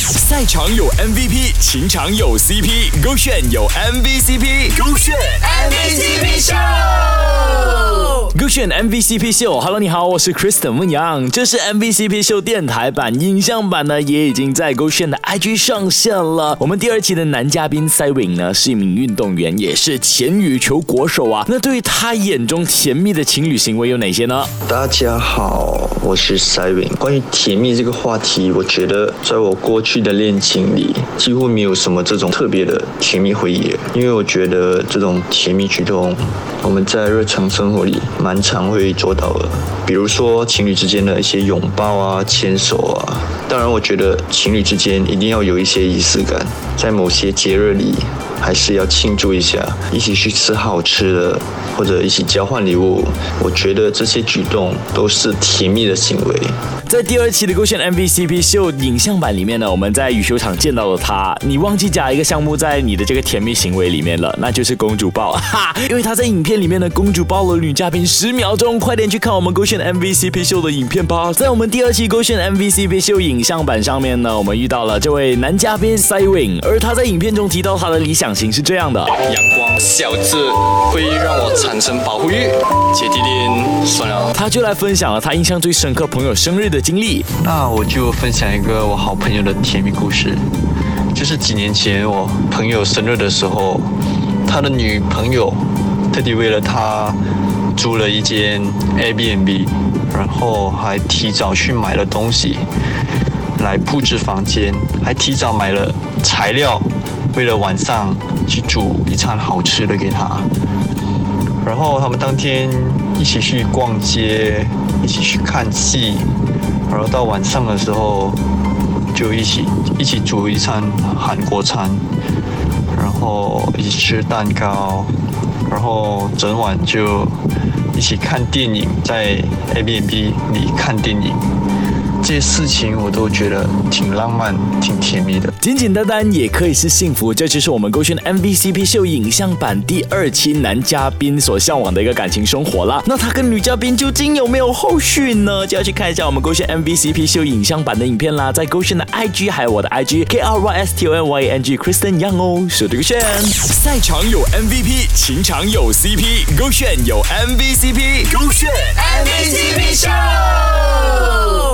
赛场有 MVP， 情场有 CP， 勾选有 MVCp， 勾选 MVCp Show， 勾选 MVCp 秀。Hello， 你好，我是 Kristen 温阳，这是 MVCp 秀电台版，影像版呢也已经在勾选的 IG 上线了。我们第2期的男嘉宾 Cywing 呢是一名运动员，也是前羽球国手啊。那对于他眼中甜蜜的情侣行为有哪些呢？ 大家好，我是 Cywing。关于甜蜜这个话题，我觉得在我过去的恋情里，几乎没有什么这种特别的甜蜜回忆，因为我觉得这种甜蜜举动，我们在日常生活里蛮常会做到的。比如说情侣之间的一些拥抱啊、牵手啊。当然，我觉得情侣之间一定要有一些仪式感，在某些节日里还是要庆祝一下，一起去吃好吃的，或者一起交换礼物。我觉得这些举动都是甜蜜的行为。 在第2期的勾选 MVCp 秀影像版里面呢，我们在羽球场见到了他。你忘记加一个项目在你的这个甜蜜行为里面了，那就是公主抱。因为他在影片里面呢，公主抱了女嘉宾10秒钟。快点去看我们勾选 MVCp 秀的影片吧。在我们第2期勾选 MVCp 秀影像版上面呢，我们遇到了这位男嘉宾 Cywing， 而他在影片中提到他的理想型是这样的： 阳光小子会让我产生保护欲，姐弟恋算了。 他就来分享了他印象最深刻朋友生日的经历。 那我就分享一个我好朋友的甜蜜故事，就是几年前我朋友生日的时候，他的女朋友特地为了他租了一间 Airbnb， 然后还提早去买了东西来布置房间，还提早买了材料，为了晚上去煮一餐好吃的给他。然后他们当天一起去逛街，一起去看戏，然后到晚上的时候就一起煮一餐韩国餐，然后一起吃蛋糕，然后整晚就一起看电影，在 Airbnb 里看电影。这些事情我都觉得挺浪漫、挺甜蜜的。 简简单单也可以是幸福，这就是我们勾选 MVCp 秀影像版第2期男嘉宾所向往的一个感情生活啦。那他跟女嘉宾究竟有没有后续呢？就要去看一下我们勾选 MVCp 秀影像版的影片啦，在勾选的 IG 还有我的 IG KRYSTONYANG Kristen Yang 哦，手对勾选。赛场有 MVP， 情场有 CP， 勾选有 MVCp， 勾选 MVCp Show。